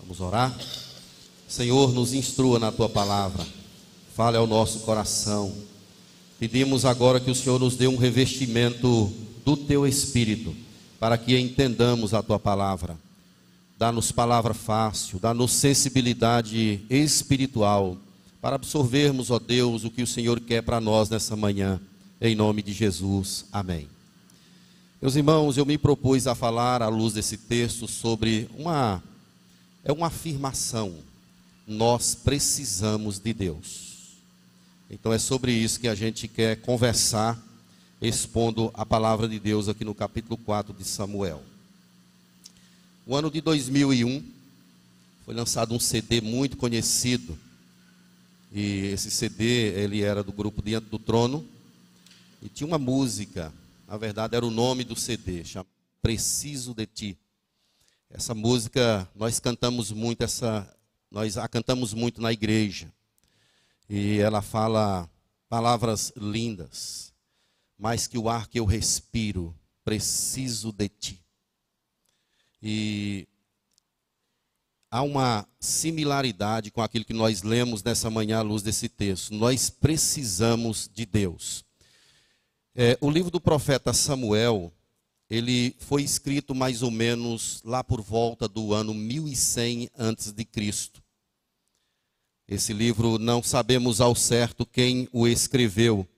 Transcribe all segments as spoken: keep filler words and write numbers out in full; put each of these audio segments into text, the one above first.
Vamos orar? Senhor, nos instrua na Tua palavra. Fale ao nosso coração. Pedimos agora que o Senhor nos dê um revestimento do Teu Espírito, para que entendamos a Tua palavra. Dá-nos palavra fácil, dá-nos sensibilidade espiritual, para absorvermos, ó Deus, o que o Senhor quer para nós nessa manhã. Em nome de Jesus. Amém. Meus irmãos, eu me propus a falar, à luz desse texto, sobre uma... É uma afirmação. Nós precisamos de Deus. Então é sobre isso que a gente quer conversar, expondo a palavra de Deus aqui no capítulo quatro de Samuel. O ano de dois mil e um, foi lançado um C D muito conhecido. E esse C D, ele era do grupo Diante do Trono. E tinha uma música, na verdade era o nome do C D, chamado Preciso de Ti. Essa música, nós cantamos muito, essa, nós a cantamos muito na igreja. E ela fala palavras lindas. Mais que o ar que eu respiro, preciso de Ti. E há uma similaridade com aquilo que nós lemos nessa manhã à luz desse texto. Nós precisamos de Deus. É, o livro do profeta Samuel, ele foi escrito mais ou menos lá por volta do ano mil e cem antes de Cristo. Esse livro não sabemos ao certo quem o escreveu,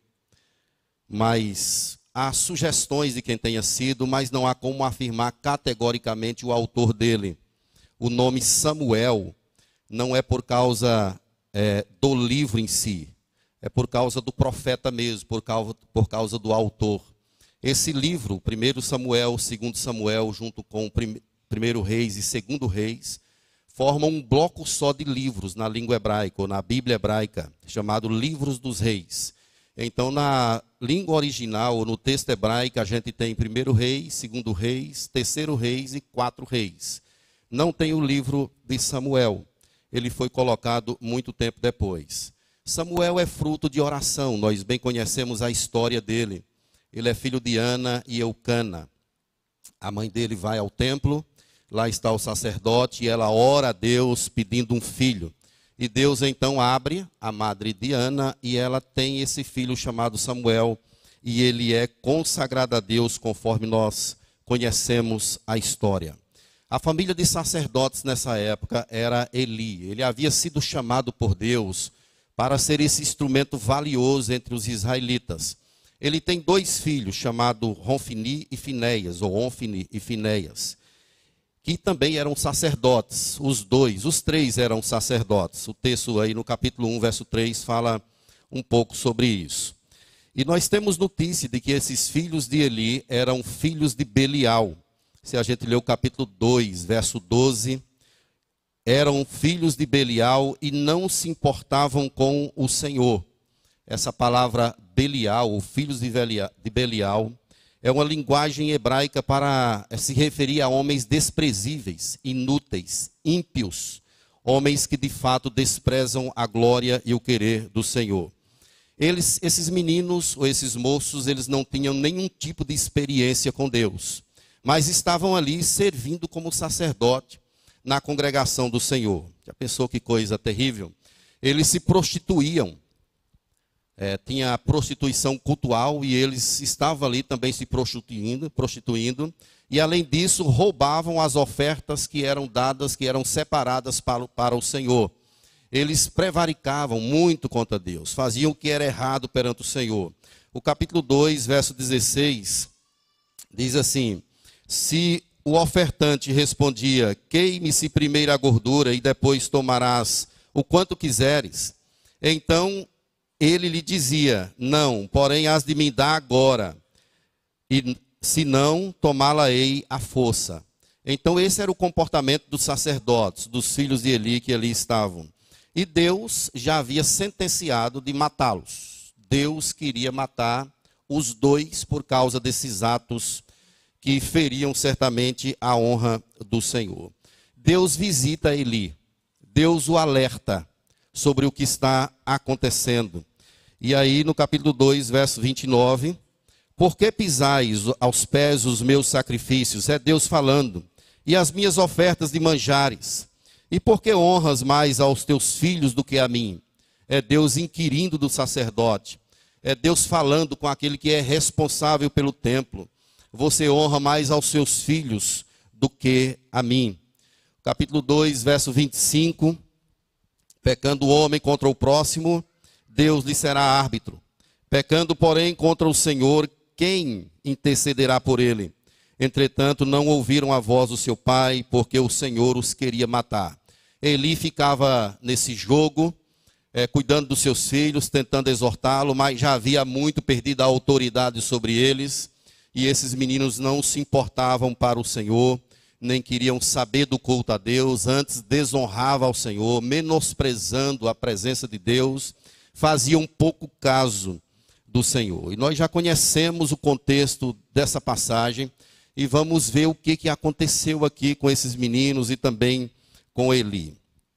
mas há sugestões de quem tenha sido, mas não há como afirmar categoricamente o autor dele. O nome Samuel não é por causa é, do livro em si, é por causa do profeta mesmo, por causa, por causa do autor. Esse livro, primeiro Samuel, segundo Samuel, junto com primeiro Reis e segundo Reis, formam um bloco só de livros na língua hebraica, ou na Bíblia hebraica, chamado Livros dos Reis. Então, na língua original, ou no texto hebraico, a gente tem primeiro Reis, segundo Reis, terceiro Reis e quatro Reis. Não tem o livro de Samuel. Ele foi colocado muito tempo depois. Samuel é fruto de oração, nós bem conhecemos a história dele. Ele é filho de Ana e Eucana. A mãe dele vai ao templo, lá está o sacerdote, e ela ora a Deus pedindo um filho. E Deus então abre a madre de Ana, e ela tem esse filho chamado Samuel, e ele é consagrado a Deus conforme nós conhecemos a história. A família de sacerdotes nessa época era Eli. Ele havia sido chamado por Deus para ser esse instrumento valioso entre os israelitas. Ele tem dois filhos, chamados Ronfini e Finéias, ou Onfini e Finéias, que também eram sacerdotes. Os dois, os três eram sacerdotes. O texto aí no capítulo um, verso três, fala um pouco sobre isso. E nós temos notícia de que esses filhos de Eli eram filhos de Belial. Se a gente ler o capítulo dois, verso doze, eram filhos de Belial e não se importavam com o Senhor. Essa palavra Belial, ou filhos de Belial, é uma linguagem hebraica para se referir a homens desprezíveis, inúteis, ímpios, homens que de fato desprezam a glória e o querer do Senhor. Eles, esses meninos ou esses moços, eles não tinham nenhum tipo de experiência com Deus, mas estavam ali servindo como sacerdote na congregação do Senhor. Já pensou que coisa terrível? Eles se prostituíam. É, tinha a prostituição cultual e eles estavam ali também se prostituindo, prostituindo. E além disso, roubavam as ofertas que eram dadas, que eram separadas para, para o Senhor. Eles prevaricavam muito contra Deus, faziam o que era errado perante o Senhor. O capítulo dois, verso dezesseis, diz assim: se o ofertante respondia, queime-se primeiro a gordura e depois tomarás o quanto quiseres, então ele lhe dizia, não, porém has de me dar agora, e se não, tomá-la-ei à força. Então esse era o comportamento dos sacerdotes, dos filhos de Eli que ali estavam. E Deus já havia sentenciado de matá-los. Deus queria matar os dois por causa desses atos que feriam certamente a honra do Senhor. Deus visita Eli, Deus o alerta sobre o que está acontecendo. E aí no capítulo dois, verso vinte e nove, por que pisais aos pés os meus sacrifícios? É Deus falando. E as minhas ofertas de manjares. E por que honras mais aos teus filhos do que a mim? É Deus inquirindo do sacerdote. É Deus falando com aquele que é responsável pelo templo. Você honra mais aos seus filhos do que a mim. Capítulo dois, verso vinte e cinco. Pecando o homem contra o próximo, Deus lhe será árbitro. Pecando, porém, contra o Senhor, quem intercederá por ele? Entretanto, não ouviram a voz do seu pai, porque o Senhor os queria matar. Eli ficava nesse jogo, é, cuidando dos seus filhos, tentando exortá-lo, mas já havia muito perdido a autoridade sobre eles. E esses meninos não se importavam para o Senhor, nem queriam saber do culto a Deus, antes desonravam ao Senhor, menosprezando a presença de Deus, faziam pouco caso do Senhor. E nós já conhecemos o contexto dessa passagem, e vamos ver o que, que aconteceu aqui com esses meninos e também com Eli.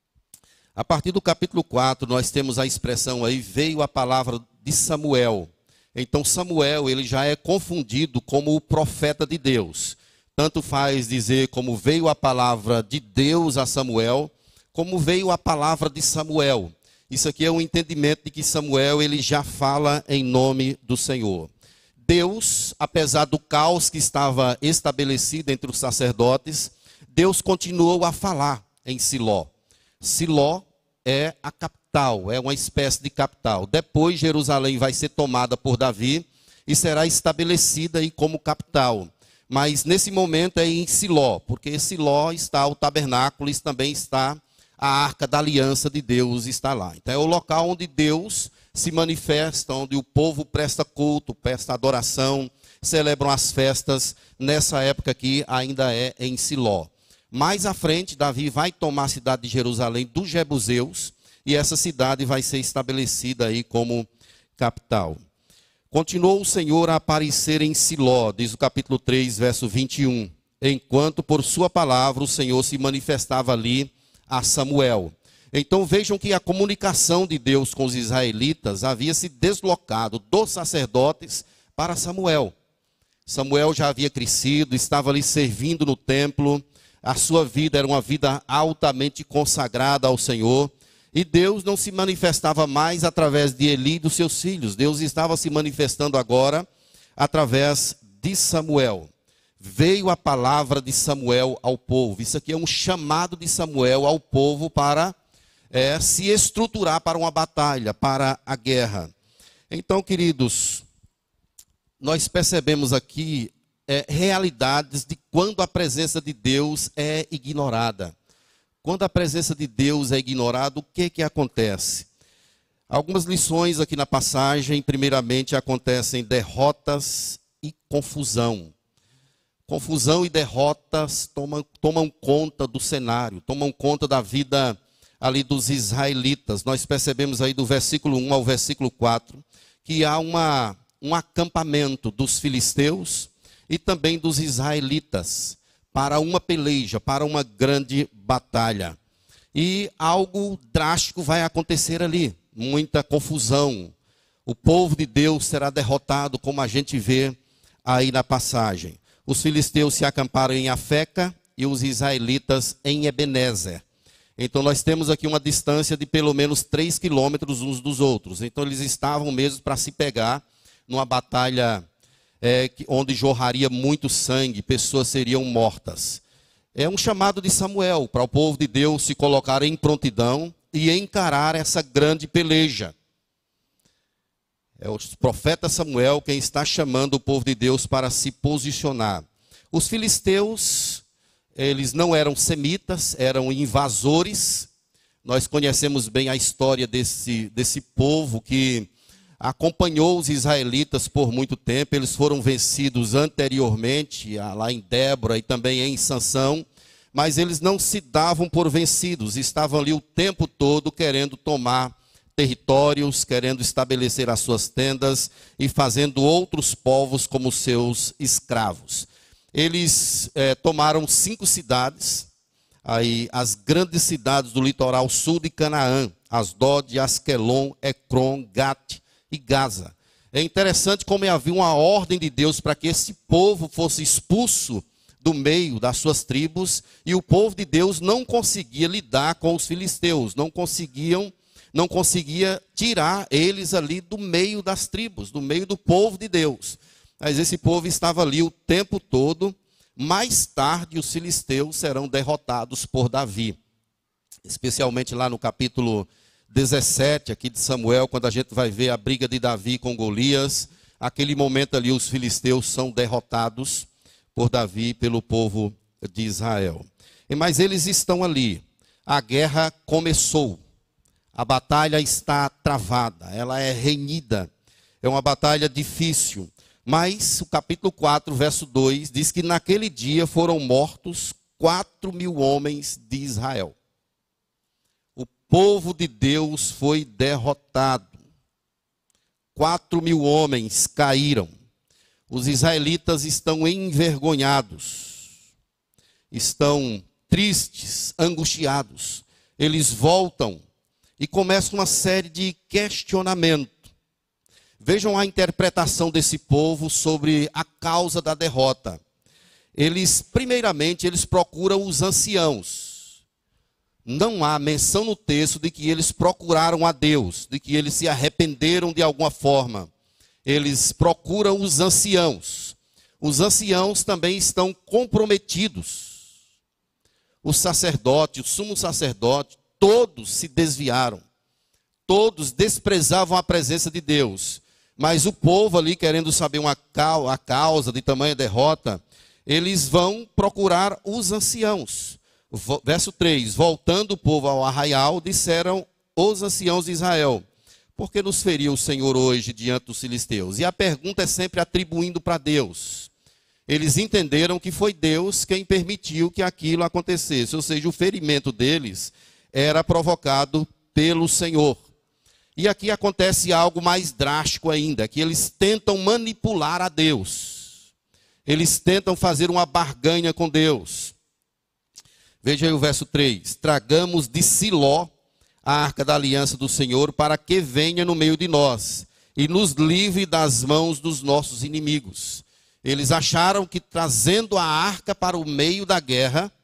A partir do capítulo quatro, nós temos a expressão aí, veio a palavra de Samuel. Então Samuel, ele já é confundido como o profeta de Deus. Tanto faz dizer como veio a palavra de Deus a Samuel, como veio a palavra de Samuel. Isso aqui é um entendimento de que Samuel, ele já fala em nome do Senhor. Deus, apesar do caos que estava estabelecido entre os sacerdotes, Deus continuou a falar em Siló. Siló é a capital, é uma espécie de capital. Depois Jerusalém vai ser tomada por Davi e será estabelecida aí como capital. Mas nesse momento é em Siló, porque em Siló está o tabernáculo e também está a arca da aliança de Deus, está lá. Então é o local onde Deus se manifesta, onde o povo presta culto, presta adoração, celebram as festas. Nessa época aqui ainda é em Siló. Mais à frente, Davi vai tomar a cidade de Jerusalém dos Jebuseus, e essa cidade vai ser estabelecida aí como capital. Continuou o Senhor a aparecer em Siló, diz o capítulo três, verso vinte e um. Enquanto por sua palavra o Senhor se manifestava ali a Samuel. Então vejam que a comunicação de Deus com os israelitas havia se deslocado dos sacerdotes para Samuel. Samuel já havia crescido, estava ali servindo no templo. A sua vida era uma vida altamente consagrada ao Senhor. E Deus não se manifestava mais através de Eli e dos seus filhos. Deus estava se manifestando agora através de Samuel. Veio a palavra de Samuel ao povo. Isso aqui é um chamado de Samuel ao povo para é, se estruturar para uma batalha, para a guerra. Então, queridos, nós percebemos aqui é, realidades de quando a presença de Deus é ignorada. Quando a presença de Deus é ignorada, o que que acontece? Algumas lições aqui na passagem. Primeiramente, acontecem derrotas e confusão. Confusão e derrotas tomam, tomam conta do cenário, tomam conta da vida ali dos israelitas. Nós percebemos aí do versículo um ao versículo quatro, que há uma, um acampamento dos filisteus e também dos israelitas, para uma peleja, para uma grande batalha. E algo drástico vai acontecer ali, muita confusão. O povo de Deus será derrotado, como a gente vê aí na passagem. Os filisteus se acamparam em Afeca e os israelitas em Ebenezer. Então nós temos aqui uma distância de pelo menos três quilômetros uns dos outros. Então eles estavam mesmo para se pegar numa batalha É, onde jorraria muito sangue, pessoas seriam mortas. É um chamado de Samuel para o povo de Deus se colocar em prontidão e encarar essa grande peleja. É o profeta Samuel quem está chamando o povo de Deus para se posicionar. Os filisteus, eles não eram semitas, eram invasores. Nós conhecemos bem a história desse, desse povo que acompanhou os israelitas por muito tempo. Eles foram vencidos anteriormente, lá em Débora e também em Sansão, mas eles não se davam por vencidos, estavam ali o tempo todo querendo tomar territórios, querendo estabelecer as suas tendas e fazendo outros povos como seus escravos. Eles é, tomaram cinco cidades, aí, as grandes cidades do litoral sul de Canaã, Asdod, Asquelon, Ecrom, Gate e Gaza. É interessante como havia uma ordem de Deus para que esse povo fosse expulso do meio das suas tribos, e o povo de Deus não conseguia lidar com os filisteus, não conseguiam, não conseguia tirar eles ali do meio das tribos, do meio do povo de Deus. Mas esse povo estava ali o tempo todo. Mais tarde os filisteus serão derrotados por Davi, especialmente lá no capítulo dezessete aqui de Samuel, quando a gente vai ver a briga de Davi com Golias. Aquele momento ali os filisteus são derrotados por Davi e pelo povo de Israel. Mas eles estão ali, a guerra começou, a batalha está travada, ela é renhida, é uma batalha difícil. Mas o capítulo quatro, verso dois, diz que naquele dia foram mortos quatro mil homens de Israel. O povo de Deus foi derrotado. Quatro mil homens caíram. Os israelitas estão envergonhados, estão tristes, angustiados. Eles voltam e começam uma série de questionamentos. Vejam a interpretação desse povo sobre a causa da derrota. Eles, primeiramente, eles procuram os anciãos. Não há menção no texto de que eles procuraram a Deus, de que eles se arrependeram de alguma forma. Eles procuram os anciãos. Os anciãos também estão comprometidos. O sacerdote, o sumo sacerdote, todos se desviaram. Todos desprezavam a presença de Deus. Mas o povo ali, querendo saber uma, a causa de tamanha derrota, eles vão procurar os anciãos. Verso três, voltando o povo ao arraial, disseram os anciãos de Israel: por que nos feriu o Senhor hoje diante dos filisteus? E a pergunta é sempre atribuindo para Deus. Eles entenderam que foi Deus quem permitiu que aquilo acontecesse, ou seja, o ferimento deles era provocado pelo Senhor. E aqui acontece algo mais drástico ainda, que eles tentam manipular a Deus. Eles tentam fazer uma barganha com Deus. Veja aí o verso três. Tragamos de Siló a arca da aliança do Senhor, para que venha no meio de nós e nos livre das mãos dos nossos inimigos. Eles acharam que trazendo a arca para o meio da guerra,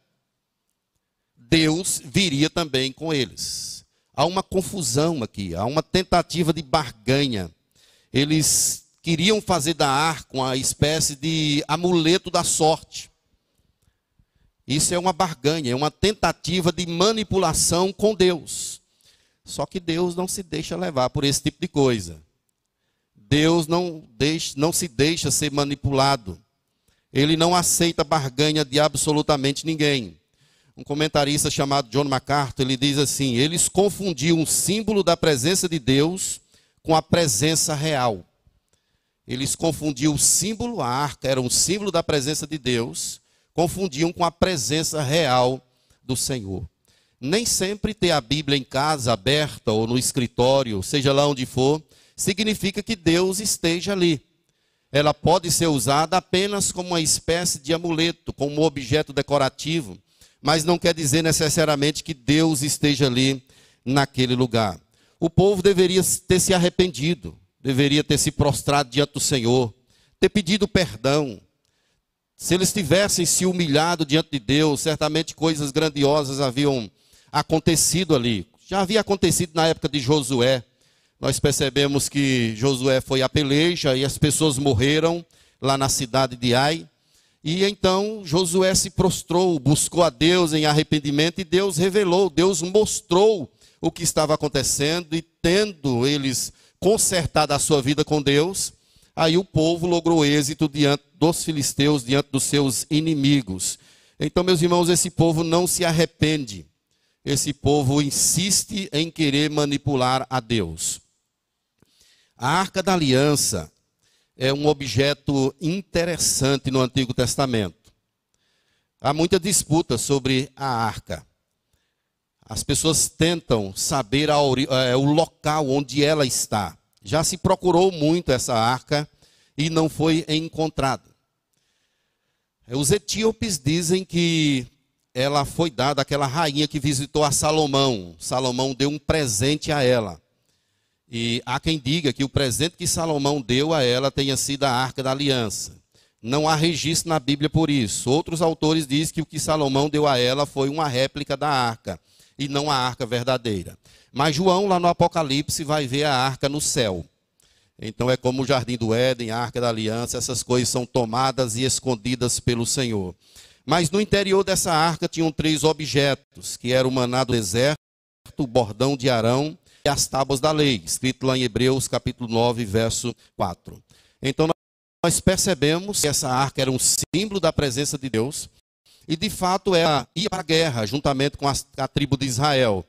Deus viria também com eles. Há uma confusão aqui, há uma tentativa de barganha. Eles queriam fazer da arca uma espécie de amuleto da sorte. Isso é uma barganha, é uma tentativa de manipulação com Deus. Só que Deus não se deixa levar por esse tipo de coisa. Deus não, deixa, não se deixa ser manipulado. Ele não aceita barganha de absolutamente ninguém. Um comentarista chamado John MacArthur, ele diz assim: eles confundiam o símbolo da presença de Deus com a presença real. Eles confundiam o símbolo, a arca era um símbolo da presença de Deus, confundiam com a presença real do Senhor. Nem sempre ter a Bíblia em casa, aberta, ou no escritório, seja lá onde for, significa que Deus esteja ali. Ela pode ser usada apenas como uma espécie de amuleto, como um objeto decorativo, mas não quer dizer necessariamente que Deus esteja ali naquele lugar. O povo deveria ter se arrependido, deveria ter se prostrado diante do Senhor, ter pedido perdão. Se eles tivessem se humilhado diante de Deus, certamente coisas grandiosas haviam acontecido ali. Já havia acontecido na época de Josué. Nós percebemos que Josué foi à peleja e as pessoas morreram lá na cidade de Ai. E então Josué se prostrou, buscou a Deus em arrependimento e Deus revelou, Deus mostrou o que estava acontecendo, e tendo eles consertado a sua vida com Deus, aí o povo logrou êxito diante dos filisteus, diante dos seus inimigos. Então, meus irmãos, esse povo não se arrepende. Esse povo insiste em querer manipular a Deus. A Arca da Aliança é um objeto interessante no Antigo Testamento. Há muita disputa sobre a arca. As pessoas tentam saber a, é, o local onde ela está. Já se procurou muito essa arca e não foi encontrada. Os etíopes dizem que ela foi dada àquela rainha que visitou a Salomão. Salomão deu um presente a ela. E há quem diga que o presente que Salomão deu a ela tenha sido a Arca da Aliança. Não há registro na Bíblia por isso. Outros autores dizem que o que Salomão deu a ela foi uma réplica da arca, e não a arca verdadeira. Mas João, lá no Apocalipse, vai ver a arca no céu. Então é como o Jardim do Éden, a Arca da Aliança, essas coisas são tomadas e escondidas pelo Senhor. Mas no interior dessa arca tinham três objetos, que era o maná do deserto, o bordão de Arão e as tábuas da lei, escrito lá em Hebreus capítulo nove, verso quatro. Então nós percebemos que essa arca era um símbolo da presença de Deus, e de fato ela ia para a guerra, juntamente com a, a tribo de Israel.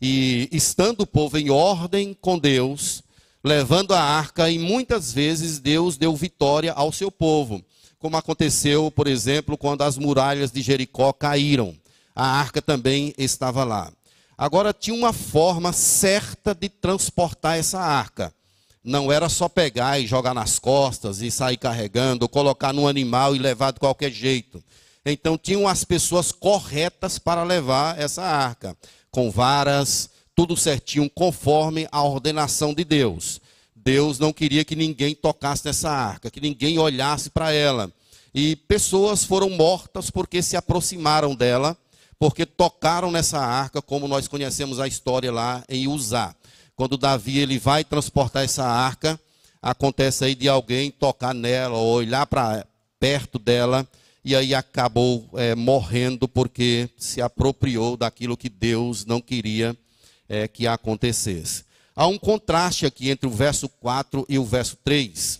E estando o povo em ordem com Deus, levando a arca, e muitas vezes Deus deu vitória ao seu povo, como aconteceu, por exemplo, quando as muralhas de Jericó caíram. A arca também estava lá. Agora, tinha uma forma certa de transportar essa arca. Não era só pegar e jogar nas costas e sair carregando, ou colocar num animal e levar de qualquer jeito. Então, tinham as pessoas corretas para levar essa arca, com varas, tudo certinho, conforme a ordenação de Deus. Deus não queria que ninguém tocasse nessa arca, que ninguém olhasse para ela. E pessoas foram mortas porque se aproximaram dela, porque tocaram nessa arca, como nós conhecemos a história lá em Uzá. Quando Davi ele vai transportar essa arca, acontece aí de alguém tocar nela, ou olhar para perto dela, e aí acabou é, morrendo porque se apropriou daquilo que Deus não queria É, que acontecesse. Há um contraste aqui entre o verso quatro e o verso três.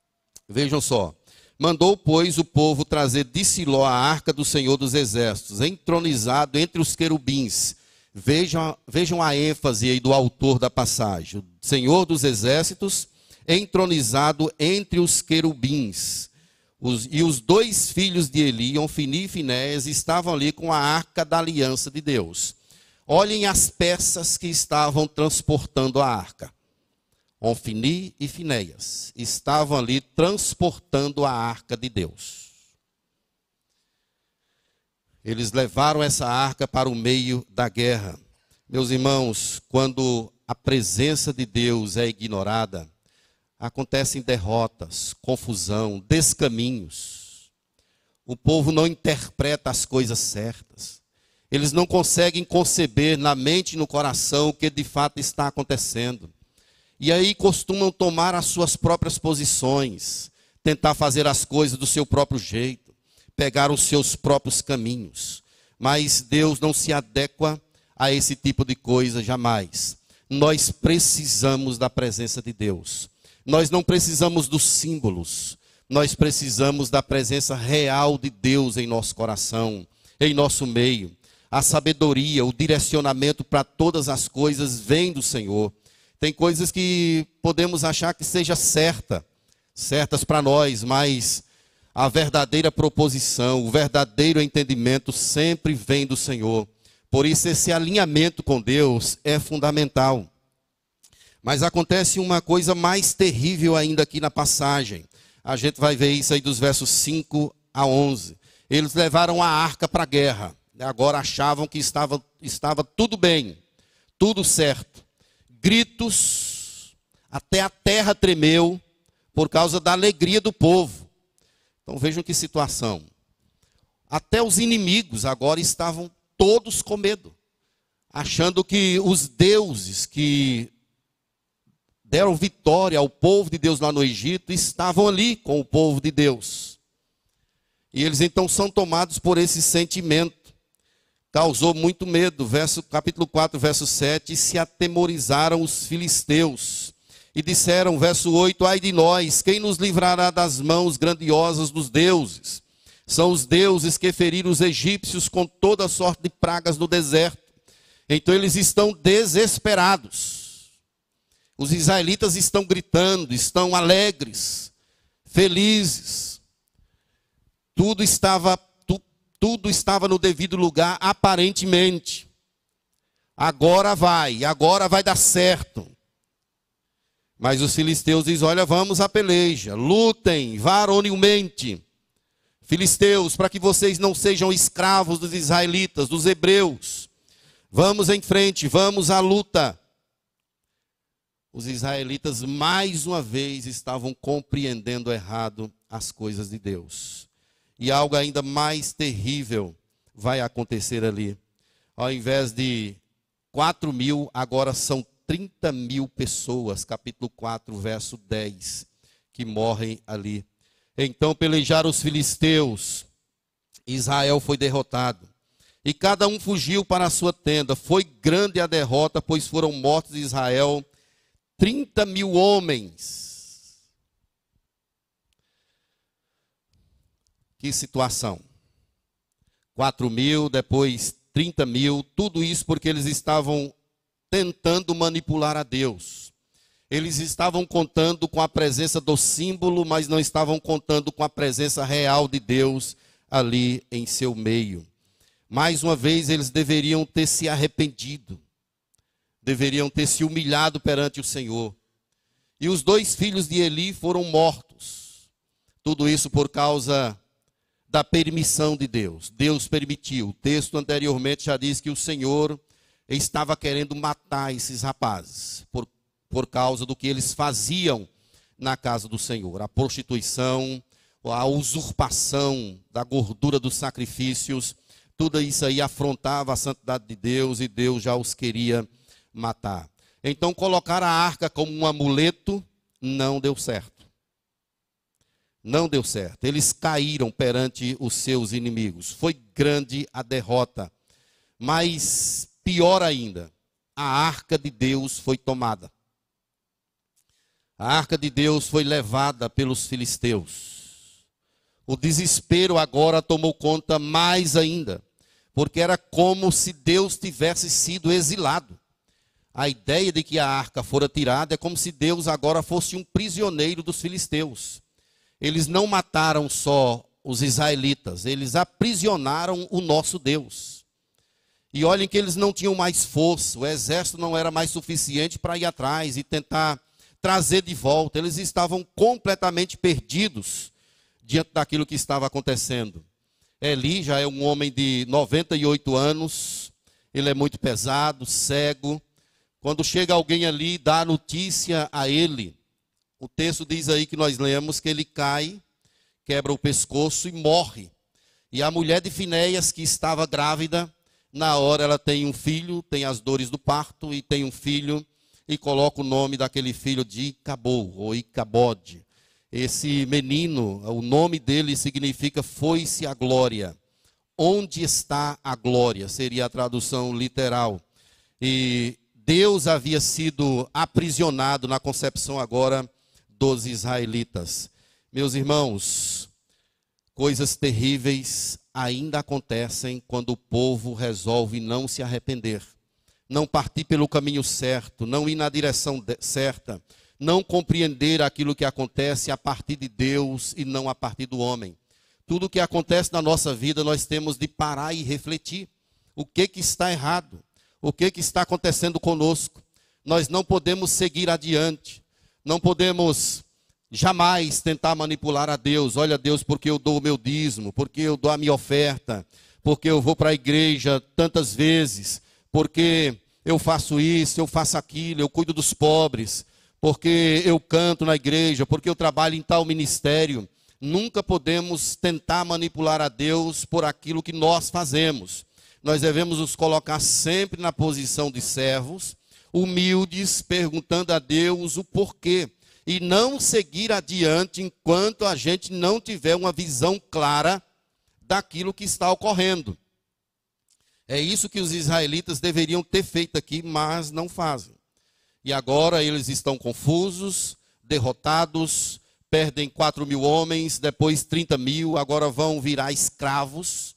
Vejam só. Mandou, pois, o povo trazer de Siló a arca do Senhor dos Exércitos, entronizado entre os querubins. Vejam, vejam a ênfase aí do autor da passagem. O Senhor dos Exércitos, entronizado entre os querubins. Os, e os dois filhos de Eli, Ofni e Finéias, estavam ali com a arca da aliança de Deus. Olhem as peças que estavam transportando a arca. Ofni e Finéias estavam ali transportando a arca de Deus. Eles levaram essa arca para o meio da guerra. Meus irmãos, quando a presença de Deus é ignorada, acontecem derrotas, confusão, descaminhos. O povo não interpreta as coisas certas. Eles não conseguem conceber na mente e no coração o que de fato está acontecendo. E aí costumam tomar as suas próprias posições, tentar fazer as coisas do seu próprio jeito, pegar os seus próprios caminhos. Mas Deus não se adequa a esse tipo de coisa jamais. Nós precisamos da presença de Deus. Nós não precisamos dos símbolos. Nós precisamos da presença real de Deus em nosso coração, em nosso meio. A sabedoria, o direcionamento para todas as coisas vem do Senhor. Tem coisas que podemos achar que seja certa, certas para nós, mas a verdadeira proposição, o verdadeiro entendimento sempre vem do Senhor. Por isso esse alinhamento com Deus é fundamental. Mas acontece uma coisa mais terrível ainda aqui na passagem. A gente vai ver isso aí dos versos cinco a onze. Eles levaram a arca para a guerra. Agora achavam que estava, estava tudo bem, tudo certo. Gritos, até a terra tremeu por causa da alegria do povo. Então vejam que situação. Até os inimigos agora estavam todos com medo, achando que os deuses que deram vitória ao povo de Deus lá no Egito estavam ali com o povo de Deus. E eles então são tomados por esse sentimento. Causou muito medo, verso, capítulo quatro, verso sete, e se atemorizaram os filisteus, e disseram, verso oito, ai de nós, quem nos livrará das mãos grandiosas dos deuses? São os deuses que feriram os egípcios com toda sorte de pragas no deserto. Então eles estão desesperados. Os israelitas estão gritando, estão alegres, felizes. Tudo estava Tudo estava no devido lugar, aparentemente. Agora vai, agora vai dar certo. Mas os filisteus dizem, olha, vamos à peleja, lutem varonilmente. Filisteus, para que vocês não sejam escravos dos israelitas, dos hebreus. Vamos em frente, vamos à luta. os israelitas mais uma vez estavam compreendendo errado as coisas de Deus. E algo ainda mais terrível vai acontecer ali. Ao invés de quatro mil, agora são trinta mil pessoas, capítulo quatro, verso dez, que morrem ali. Então pelejaram os filisteus, Israel foi derrotado. E cada um fugiu para a sua tenda. Foi grande a derrota, pois foram mortos em Israel trinta mil homens. Que situação. quatro mil, depois trinta mil, tudo isso porque eles estavam tentando manipular a Deus. Eles estavam contando com a presença do símbolo, mas não estavam contando com a presença real de Deus ali em seu meio. Mais uma vez, eles deveriam ter se arrependido. Deveriam ter se humilhado perante o Senhor. E os dois filhos de Eli foram mortos. Tudo isso por causa da permissão de Deus. Deus permitiu. O texto anteriormente já diz que o Senhor estava querendo matar esses rapazes por, por causa do que eles faziam na casa do Senhor. A prostituição, a usurpação da gordura dos sacrifícios, tudo isso aí afrontava a santidade de Deus e Deus já os queria matar. Então colocar a arca como um amuleto não deu certo. Não deu certo. Eles caíram perante os seus inimigos. Foi grande a derrota. Mas pior ainda, a arca de Deus foi tomada. A arca de Deus foi levada pelos filisteus. O desespero agora tomou conta mais ainda, porque era como se Deus tivesse sido exilado. A ideia de que a arca fora tirada é como se Deus agora fosse um prisioneiro dos filisteus. Eles não mataram só os israelitas, eles aprisionaram o nosso Deus. E olhem que eles não tinham mais força, o exército não era mais suficiente para ir atrás e tentar trazer de volta. Eles estavam completamente perdidos diante daquilo que estava acontecendo. Eli já é um homem de noventa e oito anos, ele é muito pesado, cego. Quando chega alguém ali, dá notícia a ele. O texto diz aí que nós lemos que ele cai, quebra o pescoço e morre. E a mulher de Finéias, que estava grávida, na hora ela tem um filho, tem as dores do parto e tem um filho, e coloca o nome daquele filho de Icabod, ou Icabode. Esse menino, o nome dele significa foi-se a glória. Onde está a glória? Seria a tradução literal. E Deus havia sido aprisionado na concepção agora dos israelitas. Meus irmãos, coisas terríveis ainda acontecem quando o povo resolve não se arrepender, não partir pelo caminho certo, não ir na direção certa, não compreender aquilo que acontece a partir de Deus e não a partir do homem. Tudo o que acontece na nossa vida nós temos de parar e refletir. O que que está errado? O que que está acontecendo conosco? Nós não podemos seguir adiante. Não podemos jamais tentar manipular a Deus. Olha, Deus, porque eu dou o meu dízimo, porque eu dou a minha oferta, porque eu vou para a igreja tantas vezes, porque eu faço isso, eu faço aquilo, eu cuido dos pobres, porque eu canto na igreja, porque eu trabalho em tal ministério. Nunca podemos tentar manipular a Deus por aquilo que nós fazemos. Nós devemos nos colocar sempre na posição de servos, humildes, perguntando a Deus o porquê. E não seguir adiante enquanto a gente não tiver uma visão clara daquilo que está ocorrendo. É isso que os israelitas deveriam ter feito aqui, mas não fazem. E agora eles estão confusos, derrotados, perdem quatro mil homens, depois trinta mil, agora vão virar escravos.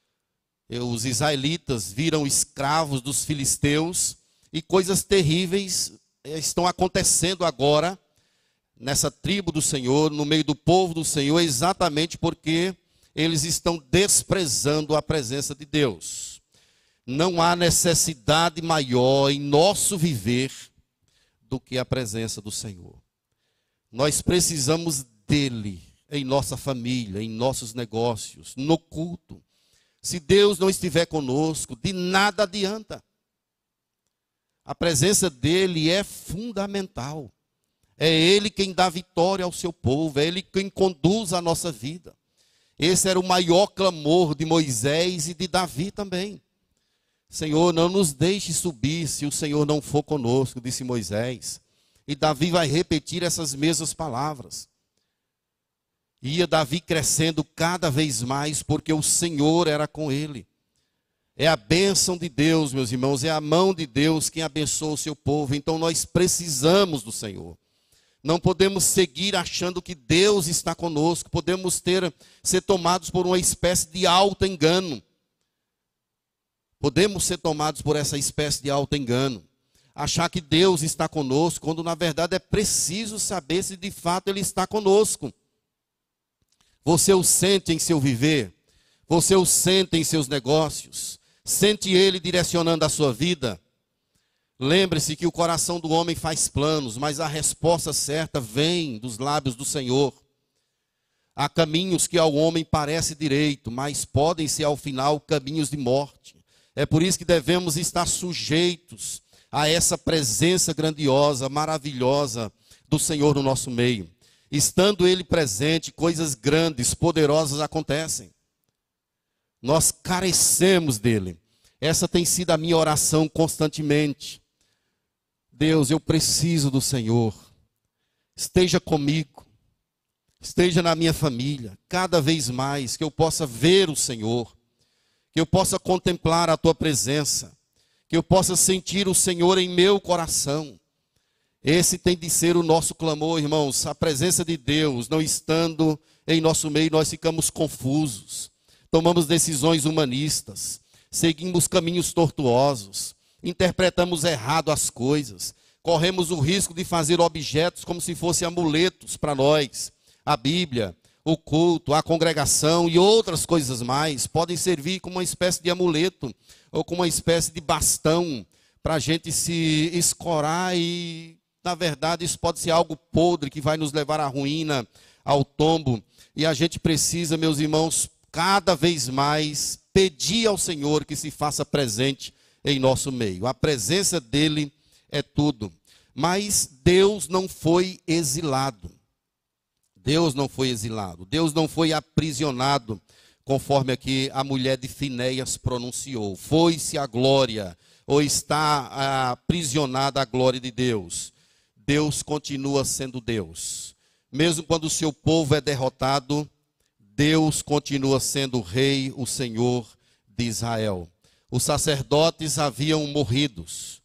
Os israelitas viram escravos dos filisteus e coisas terríveis estão acontecendo agora nessa tribo do Senhor, no meio do povo do Senhor, exatamente porque eles estão desprezando a presença de Deus. Não há necessidade maior em nosso viver do que a presença do Senhor. Nós precisamos dele em nossa família, em nossos negócios, no culto. Se Deus não estiver conosco, de nada adianta. A presença dele é fundamental. É ele quem dá vitória ao seu povo, é ele quem conduz a nossa vida. Esse era o maior clamor de Moisés e de Davi também. Senhor, não nos deixe subir se o Senhor não for conosco, disse Moisés. E Davi vai repetir essas mesmas palavras. Ia Davi crescendo cada vez mais, porque o Senhor era com ele. É a bênção de Deus, meus irmãos, é a mão de Deus quem abençoa o seu povo. Então nós precisamos do Senhor. Não podemos seguir achando que Deus está conosco. Podemos ter, ser tomados por uma espécie de auto-engano. Podemos ser tomados por essa espécie de auto-engano. Achar que Deus está conosco, quando na verdade é preciso saber se de fato Ele está conosco. Você o sente em seu viver? Você o sente em seus negócios? Sente Ele direcionando a sua vida? Lembre-se que o coração do homem faz planos, mas a resposta certa vem dos lábios do Senhor. Há caminhos que ao homem parece direito, mas podem ser ao final caminhos de morte. É por isso que devemos estar sujeitos a essa presença grandiosa, maravilhosa do Senhor no nosso meio. Estando Ele presente, coisas grandes, poderosas acontecem. Nós carecemos dEle. Essa tem sido a minha oração constantemente. Deus, eu preciso do Senhor. Esteja comigo. Esteja na minha família. Cada vez mais que eu possa ver o Senhor. Que eu possa contemplar a Tua presença. Que eu possa sentir o Senhor em meu coração. Esse tem de ser o nosso clamor, irmãos. A presença de Deus não estando em nosso meio, nós ficamos confusos. Tomamos decisões humanistas. Seguimos caminhos tortuosos. Interpretamos errado as coisas. Corremos o risco de fazer objetos como se fossem amuletos para nós. A Bíblia, o culto, a congregação e outras coisas mais podem servir como uma espécie de amuleto ou como uma espécie de bastão para a gente se escorar e, na verdade, isso pode ser algo podre que vai nos levar à ruína, ao tombo. E a gente precisa, meus irmãos, cada vez mais pedir ao Senhor que se faça presente em nosso meio. A presença dele é tudo. Mas Deus não foi exilado. Deus não foi exilado. Deus não foi aprisionado, conforme aqui a mulher de Finéias pronunciou. Foi-se a glória, ou está aprisionada a glória de Deus. Deus continua sendo Deus. Mesmo quando o seu povo é derrotado, Deus continua sendo o rei, o Senhor de Israel. Os sacerdotes haviam morrido.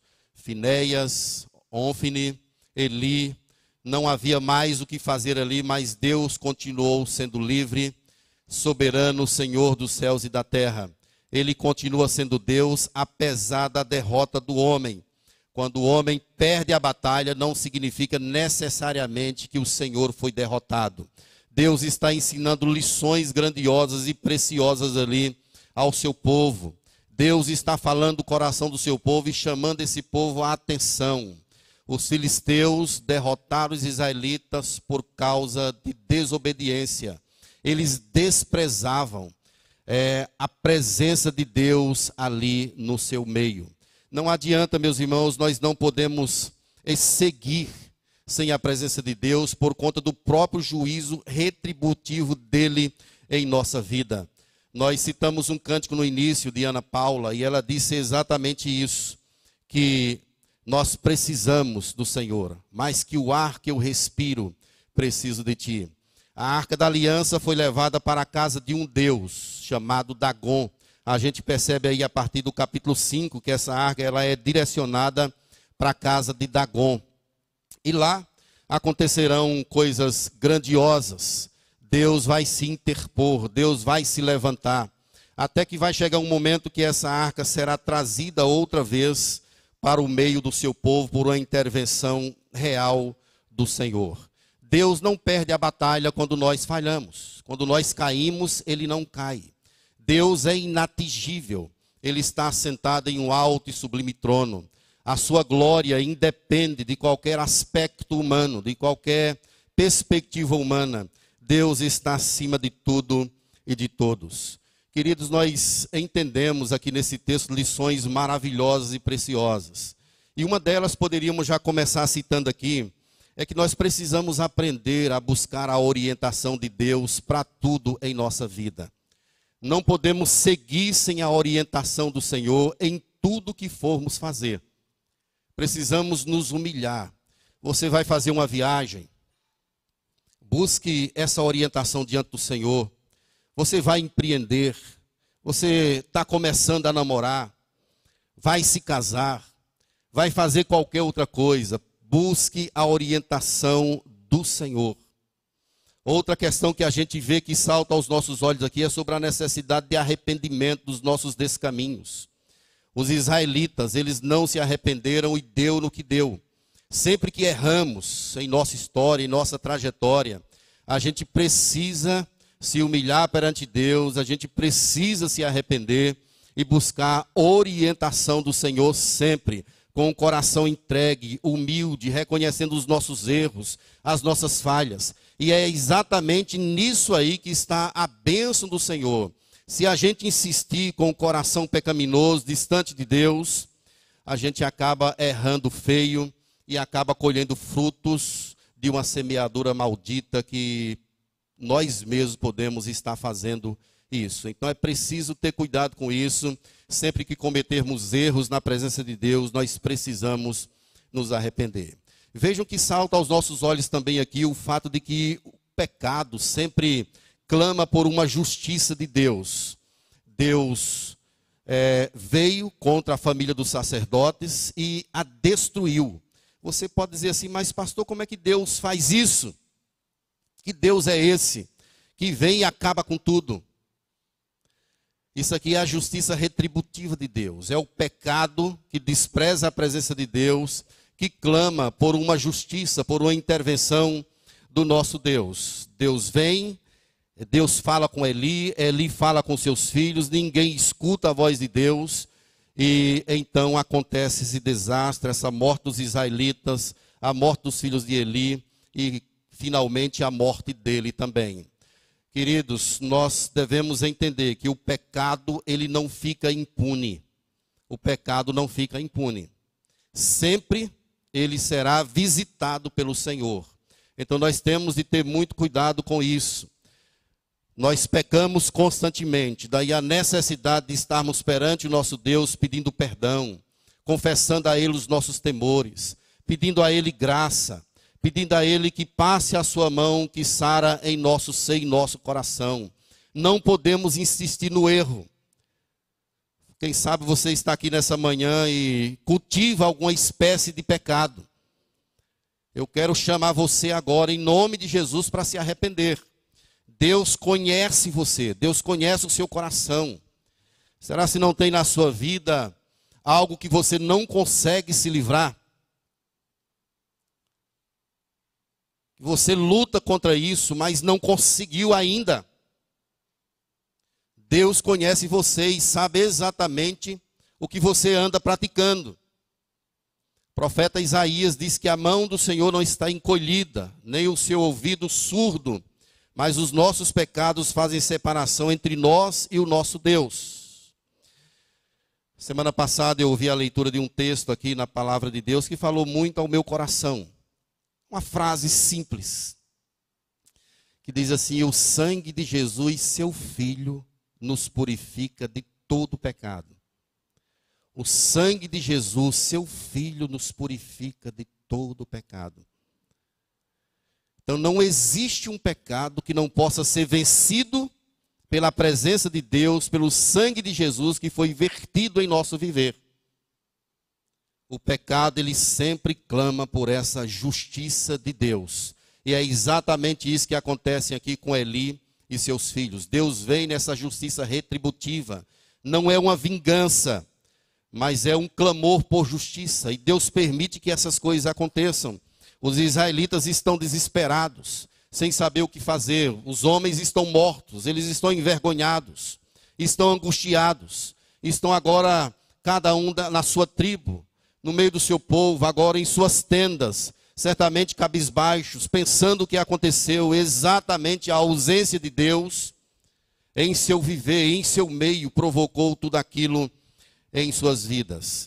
Finéias, Ófine, Eli, não havia mais o que fazer ali, mas Deus continuou sendo livre, soberano, Senhor dos céus e da terra. Ele continua sendo Deus, apesar da derrota do homem. Quando o homem perde a batalha, não significa necessariamente que o Senhor foi derrotado. Deus está ensinando lições grandiosas e preciosas ali ao seu povo. Deus está falando do coração do seu povo e chamando esse povo à atenção. Os filisteus derrotaram os israelitas por causa de desobediência. Eles desprezavam é, a presença de Deus ali no seu meio. Não adianta, meus irmãos, nós não podemos seguir sem a presença de Deus por conta do próprio juízo retributivo dele em nossa vida. Nós citamos um cântico no início de Ana Paula e ela disse exatamente isso, que nós precisamos do Senhor, mais que o ar que eu respiro, preciso de ti. A arca da aliança foi levada para a casa de um Deus chamado Dagon. A gente percebe aí a partir do capítulo cinco que essa arca ela é direcionada para a casa de Dagon. E lá acontecerão coisas grandiosas. Deus vai se interpor, Deus vai se levantar. Até que vai chegar um momento que essa arca será trazida outra vez para o meio do seu povo por uma intervenção real do Senhor. Deus não perde a batalha quando nós falhamos. Quando nós caímos, Ele não cai. Deus é inatingível. Ele está assentado em um alto e sublime trono. A sua glória independe de qualquer aspecto humano, de qualquer perspectiva humana. Deus está acima de tudo e de todos. Queridos, nós entendemos aqui nesse texto lições maravilhosas e preciosas. E uma delas, poderíamos já começar citando aqui, é que nós precisamos aprender a buscar a orientação de Deus para tudo em nossa vida. Não podemos seguir sem a orientação do Senhor em tudo que formos fazer. Precisamos nos humilhar. Você vai fazer uma viagem, busque essa orientação diante do Senhor. Você vai empreender, você está começando a namorar, vai se casar, vai fazer qualquer outra coisa. Busque a orientação do Senhor. Outra questão que a gente vê que salta aos nossos olhos aqui é sobre a necessidade de arrependimento dos nossos descaminhos. Os israelitas, eles não se arrependeram e deu no que deu. Sempre que erramos em nossa história, em nossa trajetória, a gente precisa se humilhar perante Deus, a gente precisa se arrepender e buscar orientação do Senhor sempre, com o coração entregue, humilde, reconhecendo os nossos erros, as nossas falhas. E é exatamente nisso aí que está a bênção do Senhor. Se a gente insistir com o coração pecaminoso, distante de Deus, a gente acaba errando feio e acaba colhendo frutos de uma semeadura maldita que nós mesmos podemos estar fazendo isso. Então é preciso ter cuidado com isso. Sempre que cometermos erros na presença de Deus, nós precisamos nos arrepender. Vejam que salta aos nossos olhos também aqui o fato de que o pecado sempre clama por uma justiça de Deus. Deus é, veio contra a família dos sacerdotes e a destruiu. Você pode dizer assim, mas pastor, como é que Deus faz isso? Que Deus é esse que vem e acaba com tudo? Isso aqui é a justiça retributiva de Deus. É o pecado que despreza a presença de Deus, que clama por uma justiça, por uma intervenção do nosso Deus. Deus vem, Deus fala com Eli, Eli fala com seus filhos, ninguém escuta a voz de Deus, e então acontece esse desastre, essa morte dos israelitas, a morte dos filhos de Eli, e finalmente a morte dele também. Queridos, nós devemos entender que o pecado, ele não fica impune. O pecado não fica impune. Sempre ele será visitado pelo Senhor. Então nós temos de ter muito cuidado com isso. Nós pecamos constantemente, daí a necessidade de estarmos perante o nosso Deus pedindo perdão, confessando a Ele os nossos temores, pedindo a Ele graça, pedindo a Ele que passe a sua mão, que sara em nosso seio, em nosso coração. Não podemos insistir no erro. Quem sabe você está aqui nessa manhã e cultiva alguma espécie de pecado. Eu quero chamar você agora, em nome de Jesus, para se arrepender. Deus conhece você, Deus conhece o seu coração. Será se não tem na sua vida algo que você não consegue se livrar? Você luta contra isso, mas não conseguiu ainda. Deus conhece você e sabe exatamente o que você anda praticando. O profeta Isaías diz que a mão do Senhor não está encolhida, nem o seu ouvido surdo, mas os nossos pecados fazem separação entre nós e o nosso Deus. Semana passada eu ouvi a leitura de um texto aqui na palavra de Deus que falou muito ao meu coração. Uma frase simples, que diz assim: o sangue de Jesus, seu Filho, nos purifica de todo pecado. O sangue de Jesus, seu Filho, nos purifica de todo pecado. Então não existe um pecado que não possa ser vencido pela presença de Deus, pelo sangue de Jesus que foi vertido em nosso viver. O pecado, ele sempre clama por essa justiça de Deus. E é exatamente isso que acontece aqui com Eli e seus filhos. Deus vem nessa justiça retributiva. Não é uma vingança, mas é um clamor por justiça. E Deus permite que essas coisas aconteçam. Os israelitas estão desesperados, sem saber o que fazer. Os homens estão mortos, eles estão envergonhados, estão angustiados. Estão agora, cada um na sua tribo, no meio do seu povo, agora em suas tendas, certamente cabisbaixos, pensando o que aconteceu, exatamente a ausência de Deus em seu viver, em seu meio, provocou tudo aquilo em suas vidas.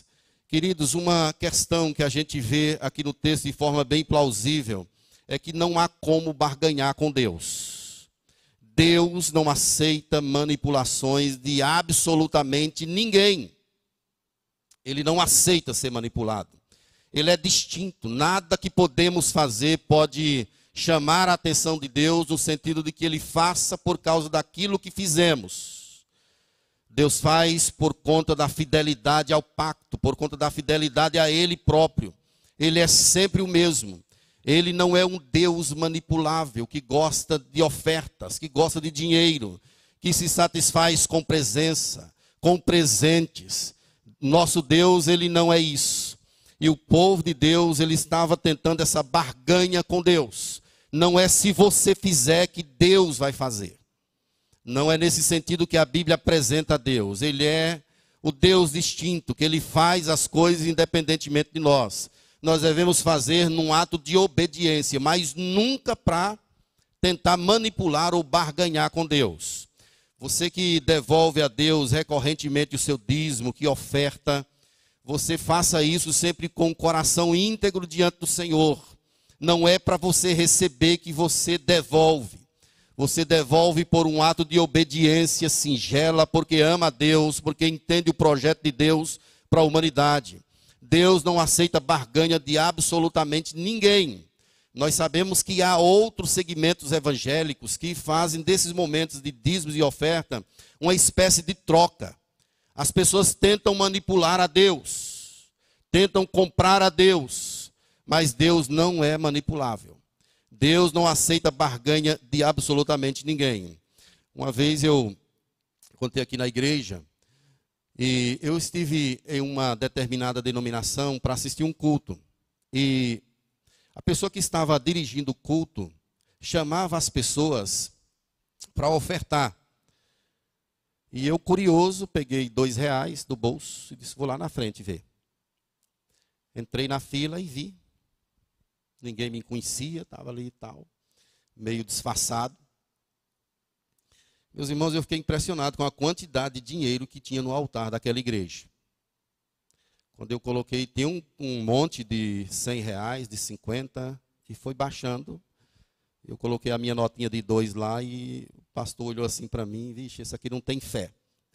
Queridos, uma questão que a gente vê aqui no texto de forma bem plausível é que não há como barganhar com Deus. Deus não aceita manipulações de absolutamente ninguém. Ele não aceita ser manipulado. Ele é distinto. Nada que podemos fazer pode chamar a atenção de Deus no sentido de que Ele faça por causa daquilo que fizemos. Deus faz por conta da fidelidade ao pacto, por conta da fidelidade a Ele próprio. Ele é sempre o mesmo. Ele não é um Deus manipulável, que gosta de ofertas, que gosta de dinheiro, que se satisfaz com presença, com presentes. Nosso Deus, ele não é isso. E o povo de Deus, ele estava tentando essa barganha com Deus. Não é se você fizer que Deus vai fazer. Não é nesse sentido que a Bíblia apresenta a Deus. Ele é o Deus distinto, que ele faz as coisas independentemente de nós. Nós devemos fazer num ato de obediência, mas nunca para tentar manipular ou barganhar com Deus. Você que devolve a Deus recorrentemente o seu dízimo, que oferta, você faça isso sempre com o coração íntegro diante do Senhor. Não é para você receber que você devolve. Você devolve por um ato de obediência singela, porque ama a Deus, porque entende o projeto de Deus para a humanidade. Deus não aceita barganha de absolutamente ninguém. Nós sabemos que há outros segmentos evangélicos que fazem desses momentos de dízimos e oferta uma espécie de troca. As pessoas tentam manipular a Deus, tentam comprar a Deus, mas Deus não é manipulável. Deus não aceita barganha de absolutamente ninguém. Uma vez eu contei aqui na igreja, e eu estive em uma determinada denominação para assistir um culto. E a pessoa que estava dirigindo o culto chamava as pessoas para ofertar. E eu, curioso, peguei dois reais do bolso e disse, vou lá na frente ver. Entrei na fila e vi. Ninguém me conhecia, estava ali e tal, meio disfarçado. Meus irmãos, eu fiquei impressionado com a quantidade de dinheiro que tinha no altar daquela igreja. Quando eu coloquei, tem um, um monte de cem reais, de cinquenta, que foi baixando. Eu coloquei a minha notinha de dois lá e o pastor olhou assim para mim, vixe, esse aqui não tem fé.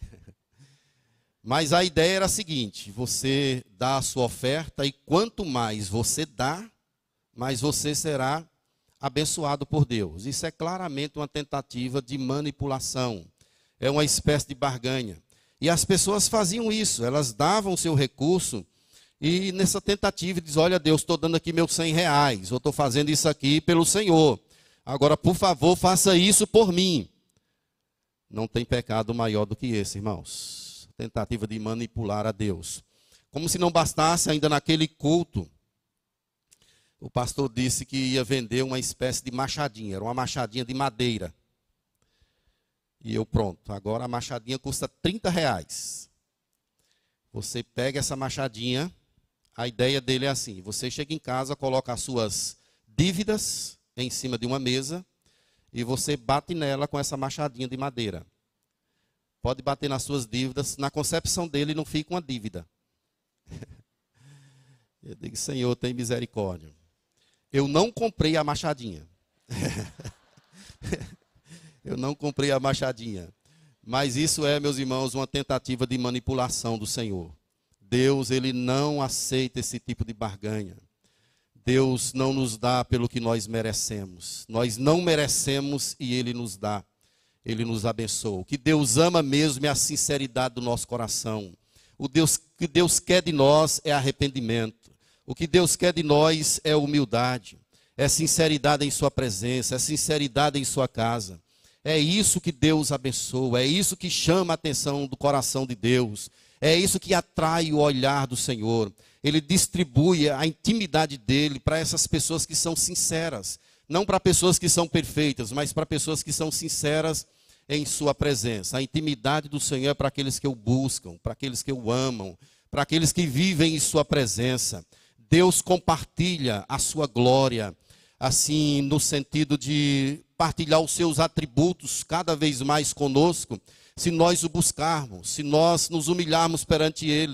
Mas a ideia era a seguinte, você dá a sua oferta e quanto mais você dá, mais você será abençoado por Deus. Isso é claramente uma tentativa de manipulação. É uma espécie de barganha. E as pessoas faziam isso, elas davam o seu recurso e nessa tentativa diz, olha Deus, estou dando aqui meus cem reais, eu estou fazendo isso aqui pelo Senhor. Agora, por favor, faça isso por mim. Não tem pecado maior do que esse, irmãos. Tentativa de manipular a Deus. Como se não bastasse ainda naquele culto, o pastor disse que ia vender uma espécie de machadinha, era uma machadinha de madeira. E eu, pronto, agora a machadinha custa trinta reais. Você pega essa machadinha, a ideia dele é assim, você chega em casa, coloca as suas dívidas em cima de uma mesa e você bate nela com essa machadinha de madeira. Pode bater nas suas dívidas, na concepção dele não fica uma dívida. Eu digo, Senhor, tem misericórdia. Eu não comprei a machadinha. Eu não comprei a machadinha. Mas isso é, meus irmãos, uma tentativa de manipulação do Senhor. Deus, ele não aceita esse tipo de barganha. Deus não nos dá pelo que nós merecemos. Nós não merecemos e ele nos dá. Ele nos abençoa. O que Deus ama mesmo é a sinceridade do nosso coração. O Deus, o que Deus quer de nós é arrependimento. O que Deus quer de nós é humildade, é sinceridade em sua presença, é sinceridade em sua casa. É isso que Deus abençoa, é isso que chama a atenção do coração de Deus, é isso que atrai o olhar do Senhor. Ele distribui a intimidade dele para essas pessoas que são sinceras, não para pessoas que são perfeitas, mas para pessoas que são sinceras em sua presença. A intimidade do Senhor é para aqueles que o buscam, para aqueles que o amam, para aqueles que vivem em sua presença. Deus compartilha a sua glória, assim, no sentido de partilhar os seus atributos cada vez mais conosco, se nós o buscarmos, se nós nos humilharmos perante Ele.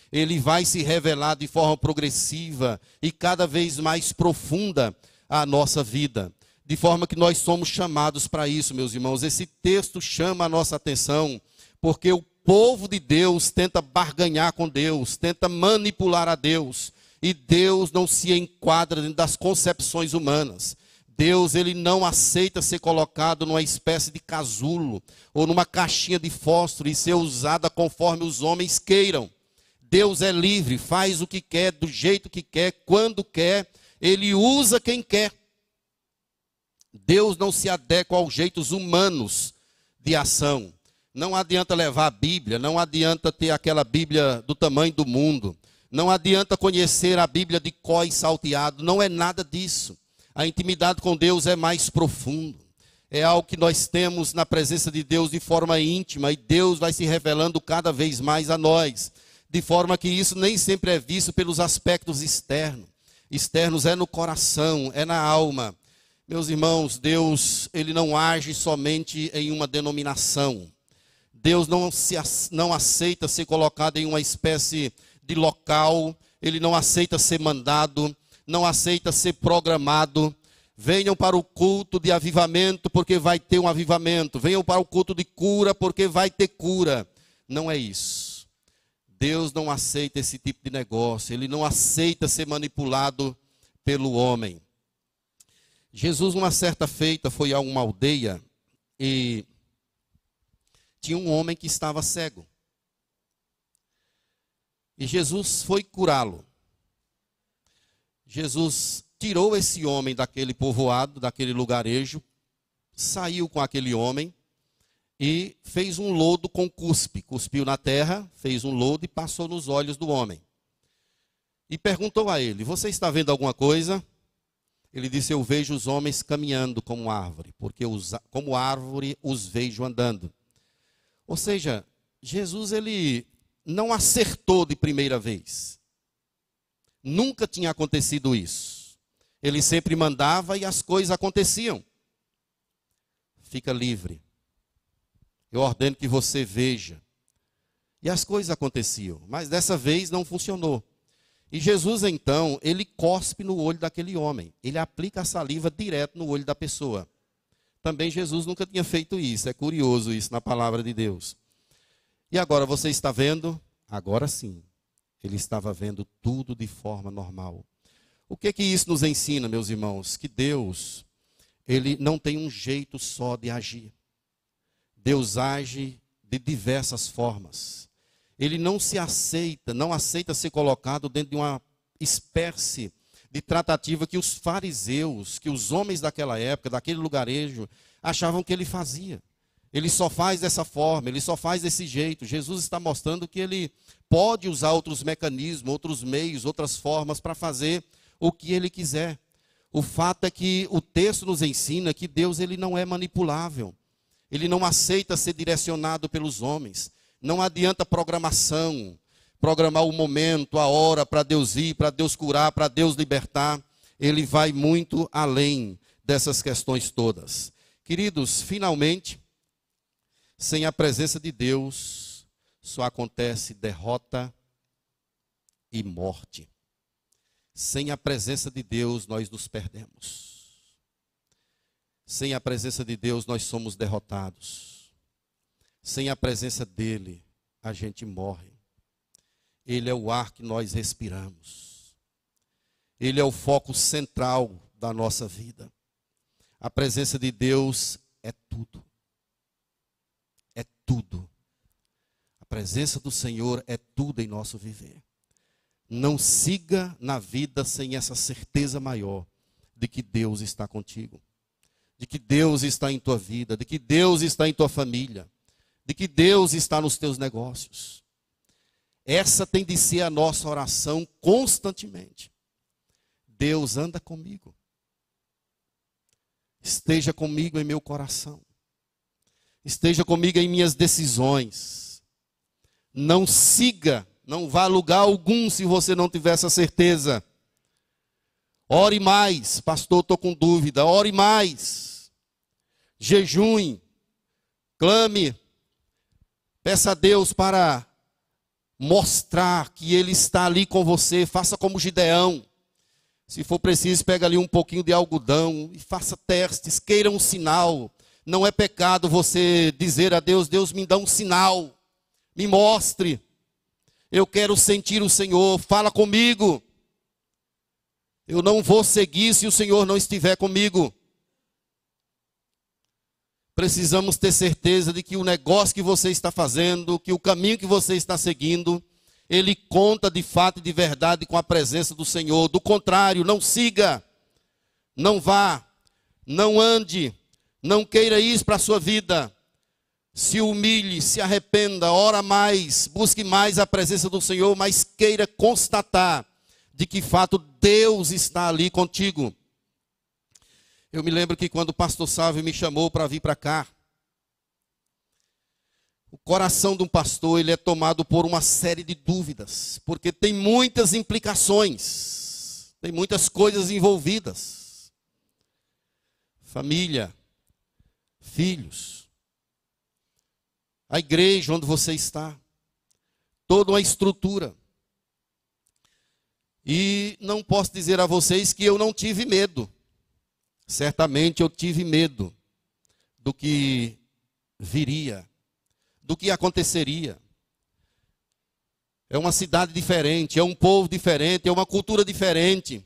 ele vai se revelar de forma progressiva e cada vez mais profunda à nossa vida. De forma que nós somos chamados para isso, meus irmãos. Esse texto chama a nossa atenção, porque o povo de Deus tenta barganhar com Deus, tenta manipular a Deus, e Deus não se enquadra dentro das concepções humanas. Deus, ele não aceita ser colocado numa espécie de casulo ou numa caixinha de fósforo e ser usada conforme os homens queiram. Deus é livre, faz o que quer, do jeito que quer, quando quer, ele usa quem quer. Deus não se adequa aos jeitos humanos de ação. Não adianta levar a Bíblia, não adianta ter aquela Bíblia do tamanho do mundo, não adianta conhecer a Bíblia de có e salteado, não é nada disso. A intimidade com Deus é mais profundo. É algo que nós temos na presença de Deus de forma íntima, e Deus vai se revelando cada vez mais a nós, de forma que isso nem sempre é visto pelos aspectos externos. Externos é no coração, é na alma. Meus irmãos, Deus, ele não age somente em uma denominação. Deus não, se, não aceita ser colocado em uma espécie de local, ele não aceita ser mandado, não aceita ser programado. Venham para o culto de avivamento, porque vai ter um avivamento. Venham para o culto de cura, porque vai ter cura. Não é isso. Deus não aceita esse tipo de negócio. Ele não aceita ser manipulado pelo homem. Jesus, uma certa feita, foi a uma aldeia e tinha um homem que estava cego. E Jesus foi curá-lo. Jesus tirou esse homem daquele povoado, daquele lugarejo, saiu com aquele homem e fez um lodo com cuspe. Cuspiu na terra, fez um lodo e passou nos olhos do homem. E perguntou a ele: você está vendo alguma coisa? Ele disse: eu vejo os homens caminhando como árvore, porque os, como árvore os vejo andando. Ou seja, Jesus, ele não acertou de primeira vez. Nunca tinha acontecido isso. Ele sempre mandava e as coisas aconteciam. Fica livre. Eu ordeno que você veja. E as coisas aconteciam, mas dessa vez não funcionou. E Jesus, então, ele cospe no olho daquele homem. Ele aplica a saliva direto no olho da pessoa. Também Jesus nunca tinha feito isso. É curioso isso na palavra de Deus. E agora você está vendo? Agora sim. Ele estava vendo tudo de forma normal. O que que isso nos ensina, meus irmãos? Que Deus, ele não tem um jeito só de agir. Deus age de diversas formas. Ele não se aceita, não aceita ser colocado dentro de uma espécie de tratativa que os fariseus, que os homens daquela época, daquele lugarejo, achavam que ele fazia. Ele só faz dessa forma, ele só faz desse jeito. Jesus está mostrando que ele pode usar outros mecanismos, outros meios, outras formas para fazer o que ele quiser. O fato é que o texto nos ensina que Deus, ele não é manipulável. Ele não aceita ser direcionado pelos homens. Não adianta programação, programar o momento, a hora para Deus ir, para Deus curar, para Deus libertar. Ele vai muito além dessas questões todas. Queridos, finalmente, sem a presença de Deus, só acontece derrota e morte. Sem a presença de Deus, nós nos perdemos. Sem a presença de Deus, nós somos derrotados. Sem a presença dele, a gente morre. Ele é o ar que nós respiramos. Ele é o foco central da nossa vida. A presença de Deus é tudo. É tudo. A presença do Senhor é tudo em nosso viver. Não siga na vida sem essa certeza maior de que Deus está contigo. De que Deus está em tua vida, de que Deus está em tua família, de que Deus está nos teus negócios. Essa tem de ser a nossa oração constantemente. Deus, anda comigo. Esteja comigo em meu coração. Esteja comigo em minhas decisões. Não siga, não vá a lugar algum se você não tiver essa certeza. Ore mais, pastor, estou com dúvida. Ore mais. Jejue. Clame. Peça a Deus para mostrar que Ele está ali com você. Faça como Gideão. Se for preciso, pega ali um pouquinho de algodão e faça testes, queira um sinal. Não é pecado você dizer a Deus: Deus, me dá um sinal, me mostre. Eu quero sentir o Senhor, fala comigo. Eu não vou seguir se o Senhor não estiver comigo. Precisamos ter certeza de que o negócio que você está fazendo, que o caminho que você está seguindo, ele conta de fato e de verdade com a presença do Senhor. Do contrário, não siga, não vá, não ande, não queira isso para a sua vida. Se humilhe, se arrependa, ora mais, busque mais a presença do Senhor, mas queira constatar de que fato Deus está ali contigo. Eu me lembro que quando o pastor Sávio me chamou para vir para cá, o coração de um pastor, ele é tomado por uma série de dúvidas, porque tem muitas implicações, tem muitas coisas envolvidas. Família, filhos, a igreja onde você está, toda uma estrutura. E não posso dizer a vocês que eu não tive medo. Certamente eu tive medo do que viria, do que aconteceria. É uma cidade diferente, é um povo diferente, é uma cultura diferente.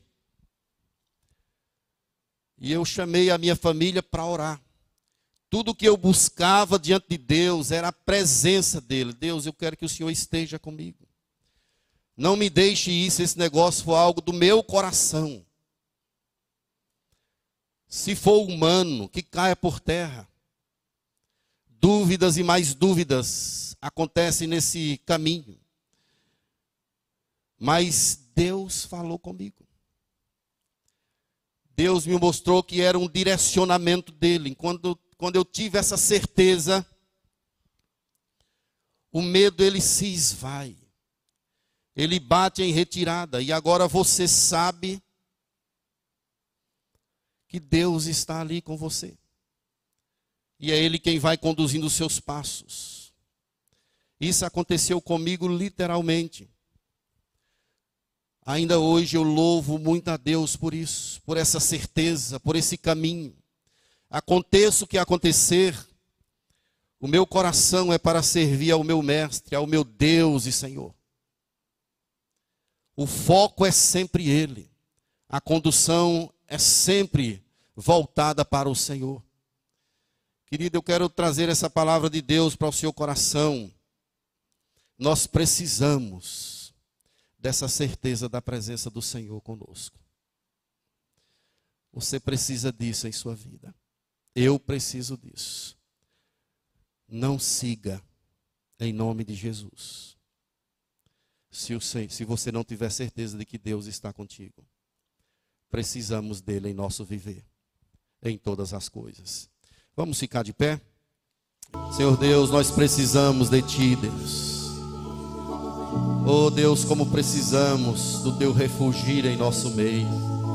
E eu chamei a minha família para orar. Tudo que eu buscava diante de Deus era a presença dele. Deus, eu quero que o Senhor esteja comigo. Não me deixe isso, esse negócio for algo do meu coração. Se for humano, que caia por terra. Dúvidas e mais dúvidas acontecem nesse caminho. Mas Deus falou comigo. Deus me mostrou que era um direcionamento dele. Quando, quando eu tive essa certeza, o medo ele se esvai. Ele bate em retirada. E agora você sabe que Deus está ali com você. E é Ele quem vai conduzindo os seus passos. Isso aconteceu comigo literalmente. Ainda hoje eu louvo muito a Deus por isso, por essa certeza, por esse caminho. Aconteça o que acontecer, o meu coração é para servir ao meu Mestre, ao meu Deus e Senhor. O foco é sempre Ele. A condução é sempre voltada para o Senhor. Querido, eu quero trazer essa palavra de Deus para o seu coração. Nós precisamos dessa certeza da presença do Senhor conosco. Você precisa disso em sua vida. Eu preciso disso. Não siga em nome de Jesus. Se, o, se você não tiver certeza de que Deus está contigo. Precisamos dele em nosso viver, em todas as coisas. Vamos ficar de pé? Senhor Deus, nós precisamos de Ti, Deus. Oh Deus, como precisamos do Teu refugir em nosso meio.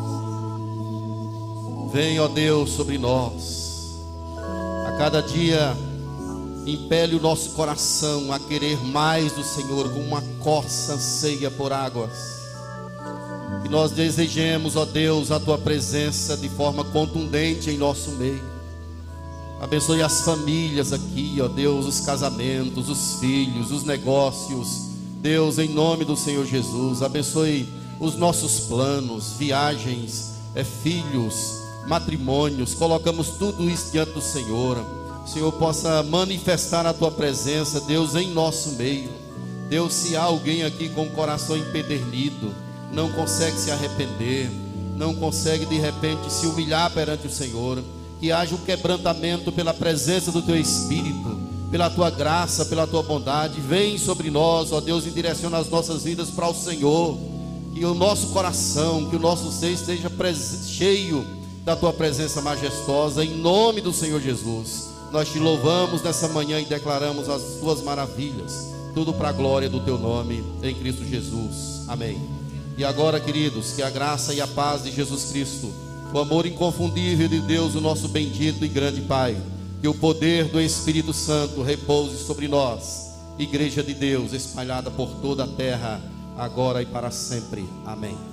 Vem, ó Deus, sobre nós. A cada dia, impele o nosso coração a querer mais do Senhor, como uma corça anseia por águas. Que nós desejemos, ó Deus, a Tua presença de forma contundente em nosso meio. Abençoe as famílias aqui, ó Deus, os casamentos, os filhos, os negócios. Deus, em nome do Senhor Jesus, abençoe os nossos planos, viagens, é, filhos, matrimônios. Colocamos tudo isso diante do Senhor. O Senhor possa manifestar a Tua presença, Deus, em nosso meio. Deus, se há alguém aqui com o coração empedernido, não consegue se arrepender, não consegue de repente se humilhar perante o Senhor, que haja um quebrantamento pela presença do Teu Espírito, pela Tua graça, pela Tua bondade. Vem sobre nós, ó Deus, e direciona as nossas vidas para o Senhor. Que o nosso coração, que o nosso ser esteja cheio da Tua presença majestosa, em nome do Senhor Jesus. Nós Te louvamos nessa manhã e declaramos as Tuas maravilhas, tudo para a glória do Teu nome, em Cristo Jesus. Amém. E agora, queridos, que a graça e a paz de Jesus Cristo, o amor inconfundível de Deus, o nosso bendito e grande Pai, que o poder do Espírito Santo repouse sobre nós, igreja de Deus espalhada por toda a terra, agora e para sempre. Amém.